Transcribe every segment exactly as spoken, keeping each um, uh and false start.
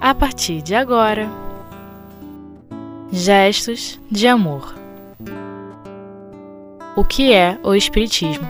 a partir de agora. Gestos de amor. O que é o Espiritismo?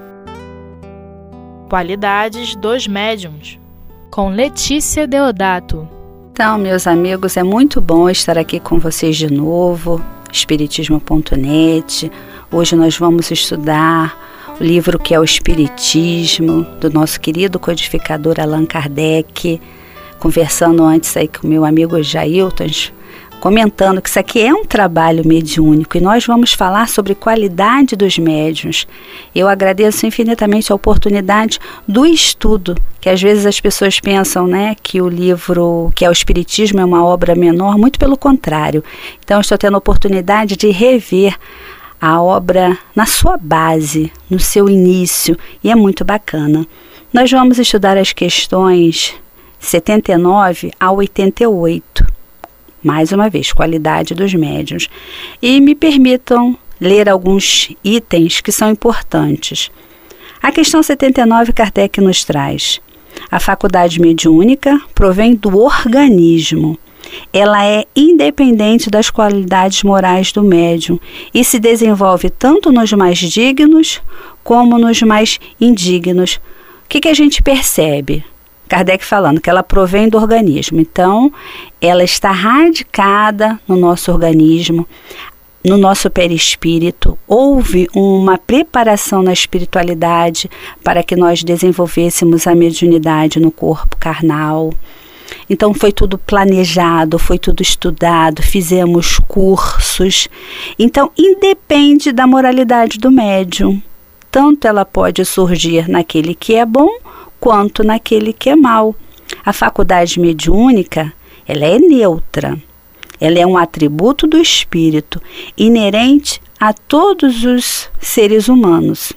Qualidades dos médiuns, com Letícia Deodato. Então, meus amigos, é muito bom estar aqui com vocês de novo, espiritismo ponto net. Hoje nós vamos estudar o livro que é o Espiritismo, do nosso querido codificador Allan Kardec, conversando antes aí com o meu amigo Jailton, comentando que isso aqui é um trabalho mediúnico e nós vamos falar sobre qualidade dos médiuns. Eu agradeço infinitamente a oportunidade do estudo, que às vezes as pessoas pensam, né, que o livro, que é o Espiritismo, é uma obra menor, muito pelo contrário. Então eu estou tendo a oportunidade de rever a obra na sua base, no seu início, e é muito bacana. Nós vamos estudar as questões setenta e nove a oitenta e oito. Mais uma vez, qualidade dos médiuns. E me permitam ler alguns itens que são importantes. A questão setenta e nove, Kardec nos traz: a faculdade mediúnica provém do organismo. Ela é independente das qualidades morais do médium e se desenvolve tanto nos mais dignos como nos mais indignos. O que, que a gente percebe? Kardec falando que ela provém do organismo, então ela está radicada no nosso organismo, no nosso perispírito. Houve uma preparação na espiritualidade para que nós desenvolvêssemos a mediunidade no corpo carnal. Então foi tudo planejado, foi tudo estudado, fizemos cursos. Então independe da moralidade do médium. Tanto ela pode surgir naquele que é bom, quanto naquele que é mau. A faculdade mediúnica, ela é neutra. Ela é um atributo do espírito, inerente a todos os seres humanos.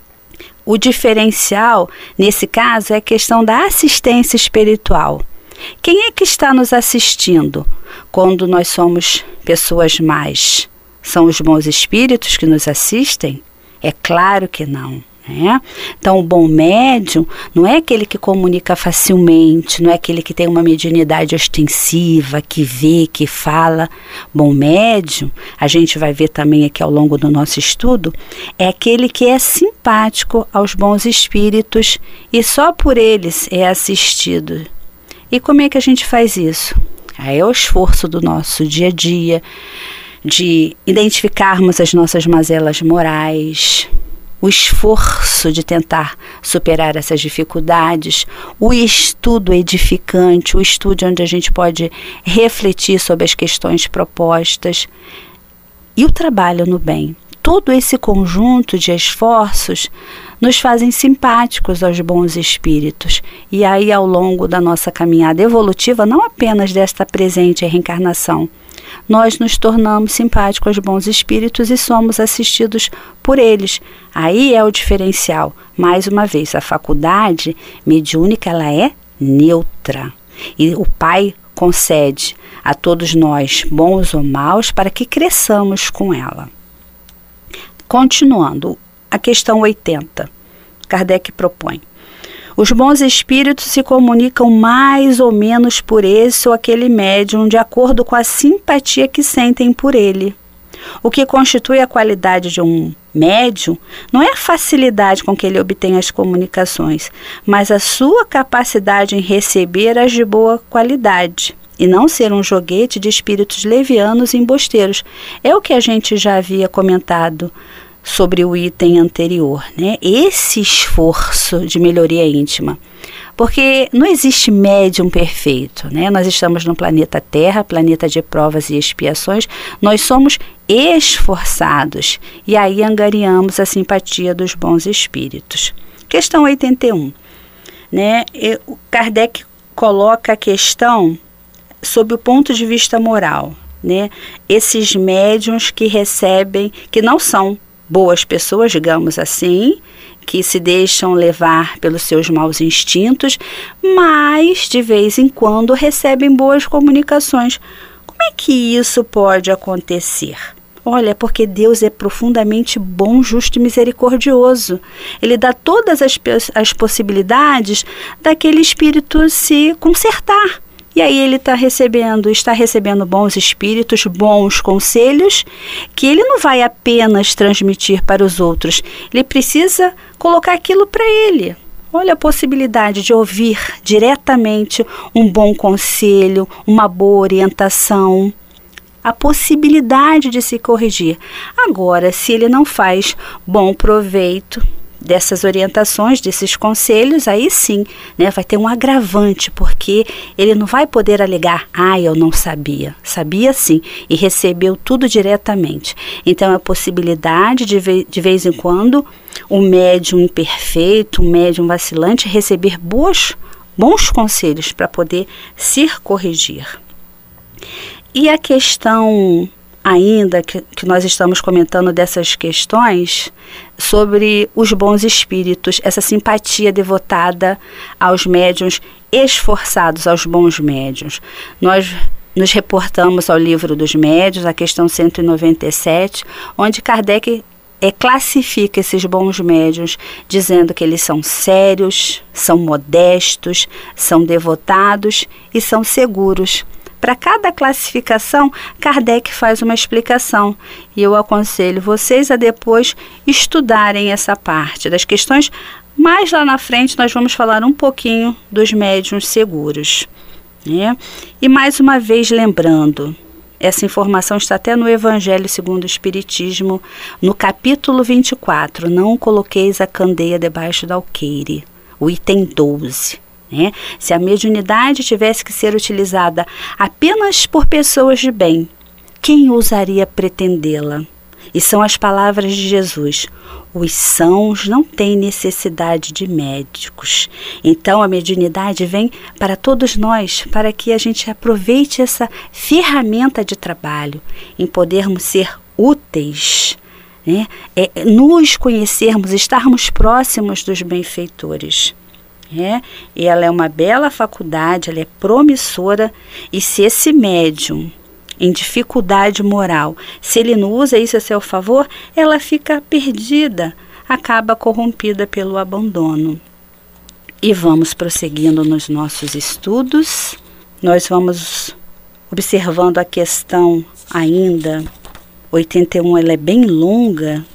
O diferencial, nesse caso, é a questão da assistência espiritual. Quem é que está nos assistindo quando nós somos pessoas más? São os bons espíritos que nos assistem? É claro que não. É. Então o bom médium não é aquele que comunica facilmente, não é aquele que tem uma mediunidade ostensiva, que vê, que fala. Bom médium, a gente vai ver também aqui ao longo do nosso estudo, é aquele que é simpático aos bons espíritos e só por eles é assistido. E como é que a gente faz isso? Aí é o esforço do nosso dia a dia, de identificarmos as nossas mazelas morais, o esforço de tentar superar essas dificuldades, o estudo edificante, o estudo onde a gente pode refletir sobre as questões propostas e o trabalho no bem. Todo esse conjunto de esforços nos fazem simpáticos aos bons espíritos. E aí, ao longo da nossa caminhada evolutiva, não apenas desta presente reencarnação, nós nos tornamos simpáticos aos bons espíritos e somos assistidos por eles. Aí é o diferencial. Mais uma vez, a faculdade mediúnica, ela é neutra. E o Pai concede a todos nós, bons ou maus, para que cresçamos com ela. Continuando, a questão oitenta, Kardec propõe: os bons espíritos se comunicam mais ou menos por esse ou aquele médium, de acordo com a simpatia que sentem por ele. O que constitui a qualidade de um médium não é a facilidade com que ele obtém as comunicações, mas a sua capacidade em receber as de boa qualidade, e não ser um joguete de espíritos levianos e embosteiros. É o que a gente já havia comentado sobre o item anterior, né? Esse esforço de melhoria íntima. Porque não existe médium perfeito, né? Nós estamos no planeta Terra, planeta de provas e expiações, nós somos esforçados e aí angariamos a simpatia dos bons espíritos. Questão oitenta e um, né? O Kardec coloca a questão sob o ponto de vista moral, né? Esses médiuns que recebem, que não são boas pessoas, digamos assim, que se deixam levar pelos seus maus instintos, mas de vez em quando recebem boas comunicações. Como é que isso pode acontecer? Olha, porque Deus é profundamente bom, justo e misericordioso. Ele dá todas as, as possibilidades daquele espírito se consertar. E aí ele está recebendo, está recebendo bons espíritos, bons conselhos, que ele não vai apenas transmitir para os outros, ele precisa colocar aquilo para ele. Olha a possibilidade de ouvir diretamente um bom conselho, uma boa orientação, a possibilidade de se corrigir. Agora, se ele não faz bom proveito dessas orientações, desses conselhos, aí sim, né, vai ter um agravante, porque ele não vai poder alegar, ah, eu não sabia. Sabia sim, e recebeu tudo diretamente. Então, é a possibilidade de, ve- de vez em quando, o médium imperfeito, o médium vacilante, receber boas, bons conselhos para poder se corrigir. E a questão ainda que, que nós estamos comentando dessas questões sobre os bons espíritos, essa simpatia devotada aos médiuns esforçados, aos bons médiuns. Nós nos reportamos ao Livro dos Médiuns, a questão cento e noventa e sete, onde Kardec é, classifica esses bons médiuns, dizendo que eles são sérios, são modestos, são devotados e são seguros. Para cada classificação, Kardec faz uma explicação e eu aconselho vocês a depois estudarem essa parte das questões. Mais lá na frente nós vamos falar um pouquinho dos médiuns seguros, né? E mais uma vez lembrando, essa informação está até no Evangelho segundo o Espiritismo, no capítulo vinte e quatro, não coloqueis a candeia debaixo do alqueire, o item doze. Né? Se a mediunidade tivesse que ser utilizada apenas por pessoas de bem, quem ousaria pretendê-la? E são as palavras de Jesus: os sãos não têm necessidade de médicos. Então a mediunidade vem para todos nós, para que a gente aproveite essa ferramenta de trabalho, em podermos ser úteis, né? É, nos conhecermos, estarmos próximos dos benfeitores. É, e ela é uma bela faculdade, ela é promissora, e se esse médium em dificuldade moral, se ele não usa isso a seu favor, ela fica perdida, acaba corrompida pelo abandono. E vamos prosseguindo nos nossos estudos. Nós vamos observando a questão ainda oitenta e um, ela é bem longa,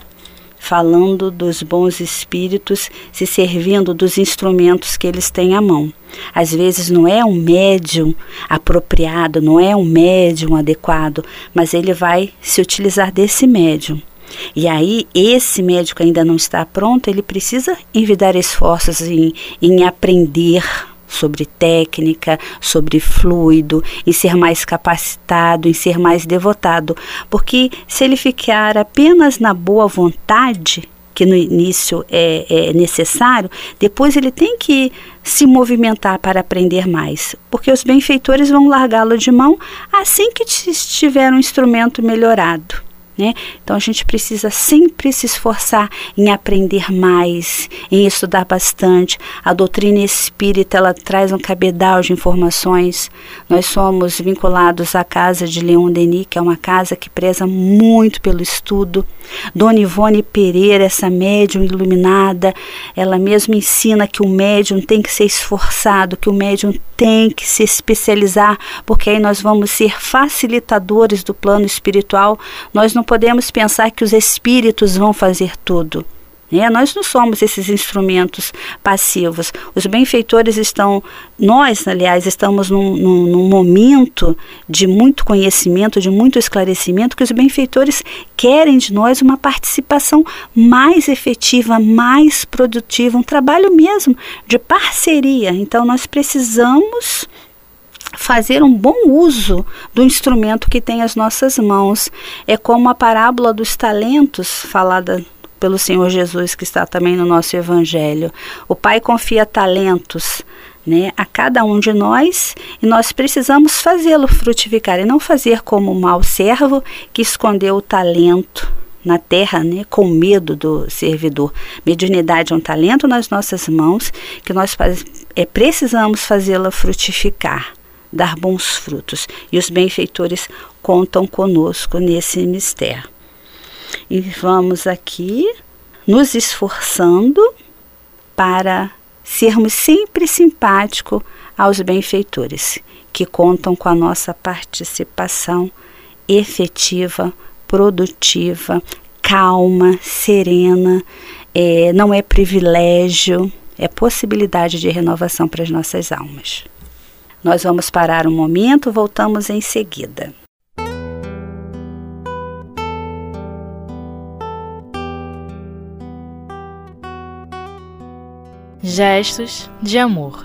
falando dos bons espíritos se servindo dos instrumentos que eles têm à mão. Às vezes não é um médium apropriado, não é um médium adequado, mas ele vai se utilizar desse médium. E aí, esse médico ainda não está pronto, ele precisa envidar esforços em, em aprender sobre técnica, sobre fluido, em ser mais capacitado, em ser mais devotado. Porque se ele ficar apenas na boa vontade, que no início é, é necessário, depois ele tem que se movimentar para aprender mais. Porque os benfeitores vão largá-lo de mão assim que tiver um instrumento melhorado. Né? Então a gente precisa sempre se esforçar em aprender mais, em estudar bastante. A doutrina espírita, ela traz um cabedal de informações. Nós somos vinculados à casa de Leon Denis, que é uma casa que preza muito pelo estudo. Dona Ivone Pereira, essa médium iluminada, ela mesma ensina que o médium tem que ser esforçado, que o médium tem que se especializar, porque aí nós vamos ser facilitadores do plano espiritual. Nós não podemos pensar que os espíritos vão fazer tudo. Né? Nós não somos esses instrumentos passivos. Os benfeitores estão, nós, aliás, estamos num, num, num momento de muito conhecimento, de muito esclarecimento, que os benfeitores querem de nós uma participação mais efetiva, mais produtiva, um trabalho mesmo de parceria. Então, nós precisamos fazer um bom uso do instrumento que tem às nossas mãos. É como a parábola dos talentos, falada pelo Senhor Jesus, que está também no nosso Evangelho. O Pai confia talentos, né, a cada um de nós, e nós precisamos fazê-lo frutificar, e não fazer como o mau servo que escondeu o talento na terra, né, com medo do servidor. Mediunidade é um talento nas nossas mãos, que nós faz, é, precisamos fazê-la frutificar, dar bons frutos, e os benfeitores contam conosco nesse mistério. E vamos aqui nos esforçando para sermos sempre simpáticos aos benfeitores, que contam com a nossa participação efetiva, produtiva, calma, serena, é, não é privilégio, é possibilidade de renovação para as nossas almas. Nós vamos parar um momento, voltamos em seguida. Gestos de amor.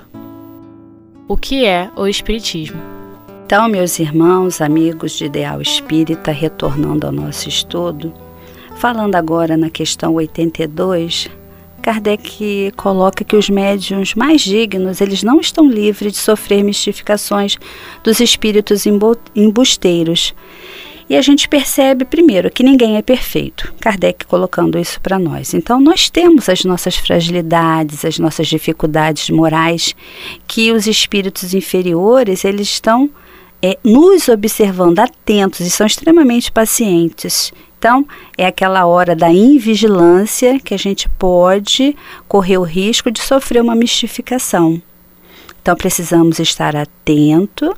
O que é o Espiritismo? Então, meus irmãos, amigos de Ideal Espírita, retornando ao nosso estudo, falando agora na questão oitenta e dois, Kardec coloca que os médiuns mais dignos, eles não estão livres de sofrer mistificações dos espíritos embusteiros. E a gente percebe, primeiro, que ninguém é perfeito. Kardec colocando isso para nós. Então, nós temos as nossas fragilidades, as nossas dificuldades morais, que os espíritos inferiores, eles estão é, nos observando, atentos, e são extremamente pacientes. Então, é aquela hora da invigilância que a gente pode correr o risco de sofrer uma mistificação. Então, precisamos estar atento.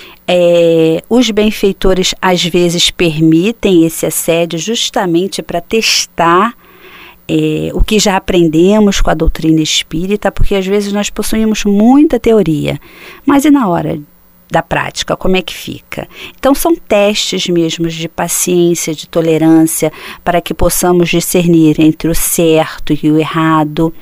É, os benfeitores às vezes permitem esse assédio justamente para testar é, o que já aprendemos com a doutrina espírita, porque às vezes nós possuímos muita teoria, mas e na hora da prática, como é que fica? Então são testes mesmo de paciência, de tolerância, para que possamos discernir entre o certo e o errado,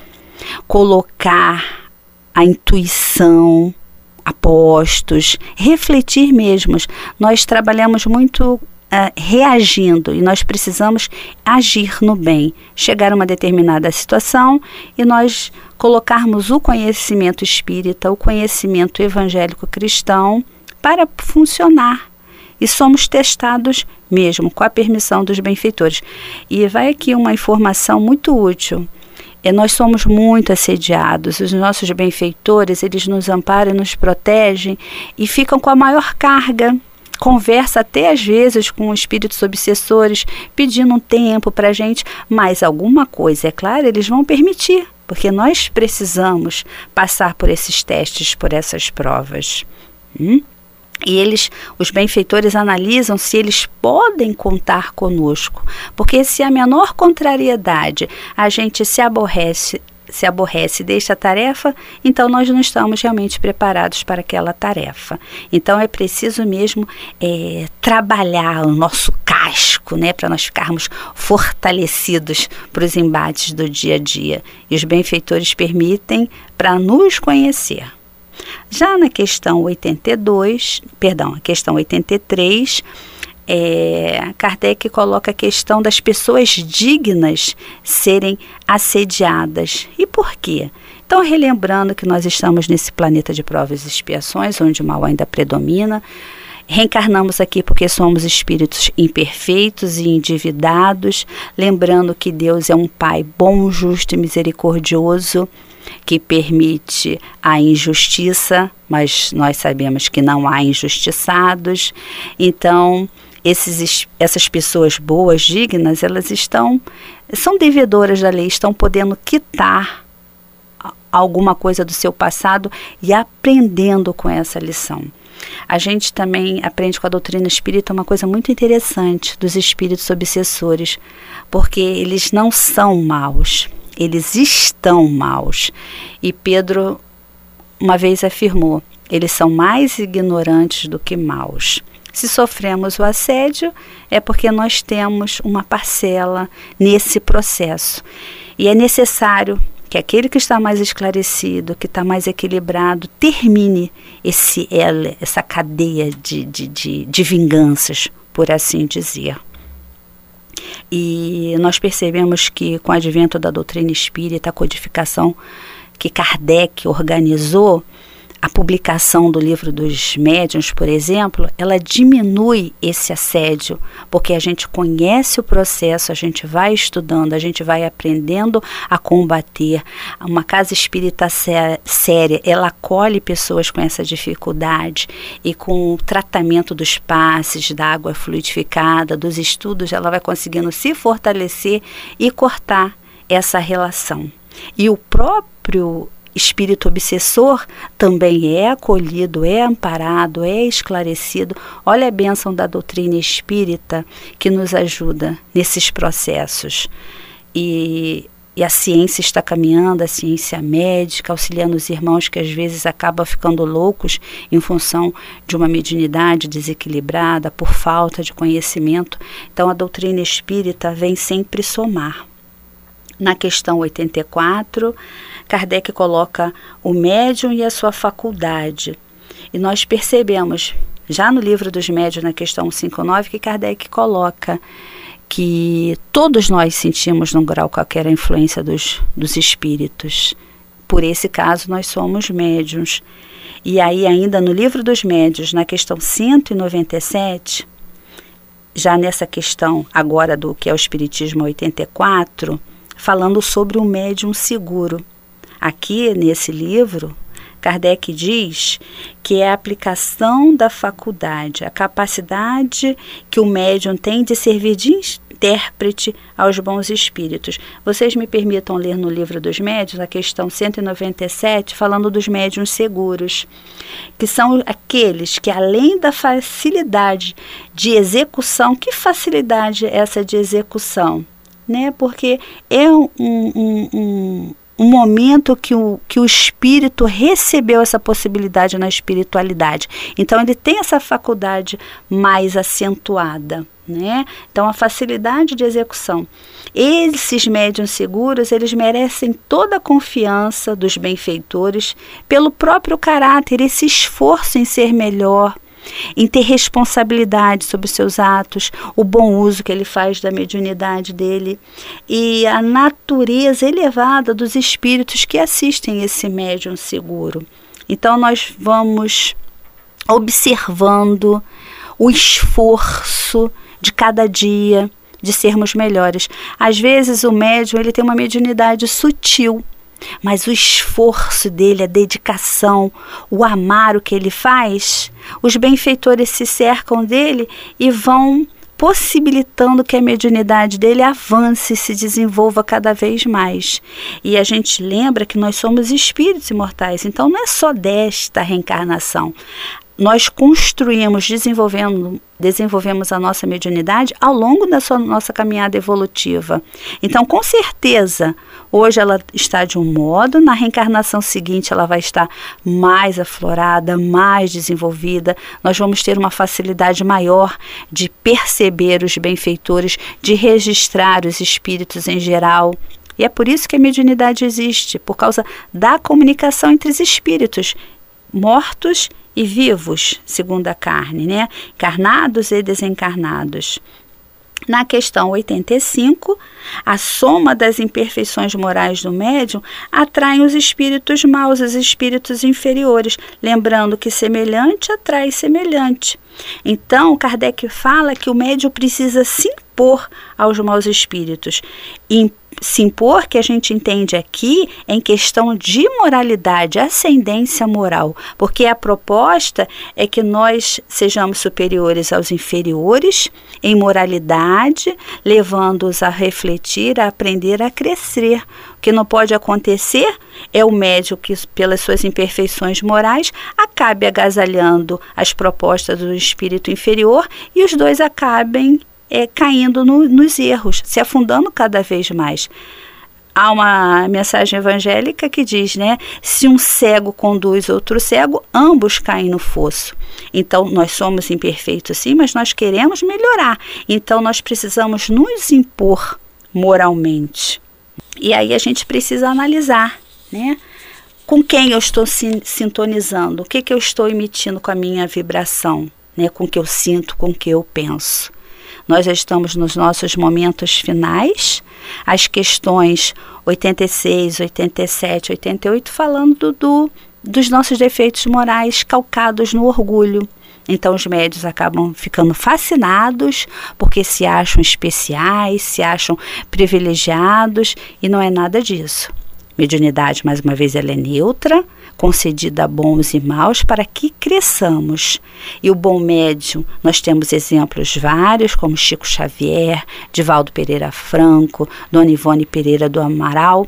colocar a intuição apostos, refletir mesmo. Nós trabalhamos muito uh, reagindo e nós precisamos agir no bem, chegar a uma determinada situação e nós colocarmos o conhecimento espírita, o conhecimento evangélico cristão para funcionar. E somos testados mesmo com a permissão dos benfeitores. E vai aqui uma informação muito útil. É, nós somos muito assediados, os nossos benfeitores, eles nos amparam e nos protegem e ficam com a maior carga. Conversa até às vezes com espíritos obsessores, pedindo um tempo para a gente, mas alguma coisa, é claro, eles vão permitir, porque nós precisamos passar por esses testes, por essas provas. Hum? E eles, os benfeitores, analisam se eles podem contar conosco, porque se a menor contrariedade a gente se aborrece, se aborrece e deixa a tarefa, então nós não estamos realmente preparados para aquela tarefa. Então é preciso mesmo é, trabalhar o nosso casco, né, para nós ficarmos fortalecidos para os embates do dia a dia. E os benfeitores permitem para nos conhecer. Já na questão oitenta e dois, perdão, a questão oitenta e três, é, Kardec coloca a questão das pessoas dignas serem assediadas. E por quê? Então, relembrando que nós estamos nesse planeta de provas e expiações, onde o mal ainda predomina, reencarnamos aqui porque somos espíritos imperfeitos e endividados, lembrando que Deus é um Pai bom, justo e misericordioso, que permite a injustiça, mas nós sabemos que não há injustiçados. Então, esses, essas pessoas boas, dignas, elas estão, são devedoras da lei, estão podendo quitar alguma coisa do seu passado e aprendendo com essa lição. A gente também aprende com a doutrina espírita uma coisa muito interessante dos espíritos obsessores, porque eles não são maus. Eles estão maus. E Pedro uma vez afirmou, eles são mais ignorantes do que maus. Se sofremos o assédio, é porque nós temos uma parcela nesse processo. E é necessário que aquele que está mais esclarecido, que está mais equilibrado, termine esse, essa cadeia de, de, de, de vinganças, por assim dizer. E nós percebemos que com o advento da doutrina espírita, a codificação que Kardec organizou, a publicação do livro dos médiuns, por exemplo, ela diminui esse assédio, porque a gente conhece o processo, a gente vai estudando, a gente vai aprendendo a combater. Uma casa espírita sé- séria, ela acolhe pessoas com essa dificuldade e com o tratamento dos passes, da água fluidificada, dos estudos, ela vai conseguindo se fortalecer e cortar essa relação. E o próprio espírito obsessor também é acolhido, é amparado, é esclarecido. Olha a bênção da doutrina espírita que nos ajuda nesses processos. E, e a ciência está caminhando, a ciência médica, auxiliando os irmãos que às vezes acabam ficando loucos em função de uma mediunidade desequilibrada, por falta de conhecimento. Então a doutrina espírita vem sempre somar. Na questão oitenta e quatro, Kardec coloca o médium e a sua faculdade. E nós percebemos, já no livro dos médiuns, na questão cinquenta e nove, que Kardec coloca que todos nós sentimos num grau qualquer a influência dos, dos espíritos. Por esse caso, nós somos médiuns. E aí, ainda no livro dos médiuns, na questão cento e noventa e sete, já nessa questão agora do que é o Espiritismo oitenta e quatro, falando sobre o médium seguro. Aqui, nesse livro, Kardec diz que é a aplicação da faculdade, a capacidade que o médium tem de servir de intérprete aos bons espíritos. Vocês me permitam ler no livro dos médiuns, a questão cento e noventa e sete, falando dos médiuns seguros, que são aqueles que, além da facilidade de execução, que facilidade é essa de execução? Né? Porque é um, um, um, um momento que o, que o espírito recebeu essa possibilidade na espiritualidade. Então, ele tem essa faculdade mais acentuada. Né? Então, a facilidade de execução. Esses médiuns seguros, eles merecem toda a confiança dos benfeitores pelo próprio caráter, esse esforço em ser melhor, em ter responsabilidade sobre os seus atos, o bom uso que ele faz da mediunidade dele e a natureza elevada dos espíritos que assistem esse médium seguro. Então nós vamos observando o esforço de cada dia de sermos melhores. Às vezes o médium ele tem uma mediunidade sutil, mas o esforço dele, a dedicação, o amar o que ele faz, os benfeitores se cercam dele e vão possibilitando que a mediunidade dele avance e se desenvolva cada vez mais. E a gente lembra que nós somos espíritos imortais, então não é só desta reencarnação. Nós construímos, desenvolvendo, desenvolvemos a nossa mediunidade ao longo da sua, nossa caminhada evolutiva. Então, com certeza, hoje ela está de um modo, na reencarnação seguinte ela vai estar mais aflorada, mais desenvolvida. Nós vamos ter uma facilidade maior de perceber os benfeitores, de registrar os espíritos em geral. E é por isso que a mediunidade existe, por causa da comunicação entre os espíritos mortos e vivos, segundo a carne, né? Encarnados e desencarnados. Na questão oitenta e cinco, a soma das imperfeições morais do médium atrai os espíritos maus, os espíritos inferiores, lembrando que semelhante atrai semelhante. Então, Kardec fala que o médium precisa se impor aos maus espíritos. E se impor, que a gente entende aqui, em questão de moralidade, ascendência moral, porque a proposta é que nós sejamos superiores aos inferiores em moralidade, levando-os a refletir, a aprender, a crescer. O que não pode acontecer é o médium que, pelas suas imperfeições morais, acabe agasalhando as propostas do espírito inferior e os dois acabem É, caindo no, nos erros, se afundando cada vez mais. Há uma mensagem evangélica que diz, né, se um cego conduz outro cego, ambos caem no fosso. Então, nós somos imperfeitos sim, mas nós queremos melhorar. Então, nós precisamos nos impor moralmente. E aí a gente precisa analisar, né, com quem eu estou sin- sintonizando, o que, que eu estou emitindo com a minha vibração, né, com o que eu sinto, com o que eu penso. Nós já estamos nos nossos momentos finais, as questões oitenta e seis, oitenta e sete, oitenta e oito, falando do, dos nossos defeitos morais calcados no orgulho. Então os médiuns acabam ficando fascinados porque se acham especiais, se acham privilegiados e não é nada disso. Mediunidade, mais uma vez, ela é neutra, concedida a bons e maus para que cresçamos. E o bom médium, nós temos exemplos vários, como Chico Xavier, Divaldo Pereira Franco, Dona Ivone Pereira do Amaral,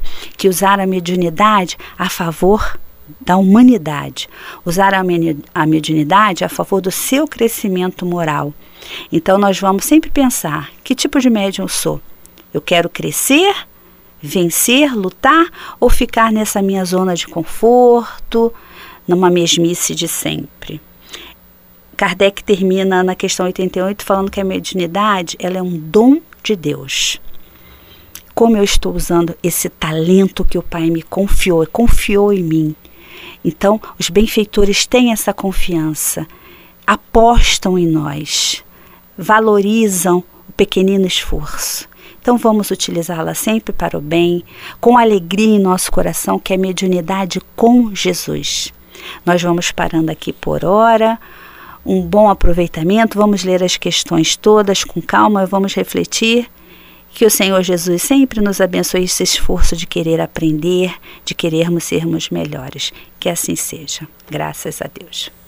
que usar a mediunidade a favor da humanidade, usar a mediunidade a favor do seu crescimento moral. Então nós vamos sempre pensar, que tipo de médium eu sou? Eu quero crescer, vencer, lutar ou ficar nessa minha zona de conforto, numa mesmice de sempre? Kardec termina na questão oitenta e oito falando que a mediunidade ela é um dom de Deus. Como eu estou usando esse talento que o Pai me confiou, confiou em mim. Então, os benfeitores têm essa confiança, apostam em nós, valorizam o pequenino esforço. Então, vamos utilizá-la sempre para o bem, com alegria em nosso coração, que é a mediunidade com Jesus. Nós vamos parando aqui por hora. Um bom aproveitamento, vamos ler as questões todas com calma, vamos refletir. Que o Senhor Jesus sempre nos abençoe esse esforço de querer aprender, de querermos sermos melhores. Que assim seja. Graças a Deus.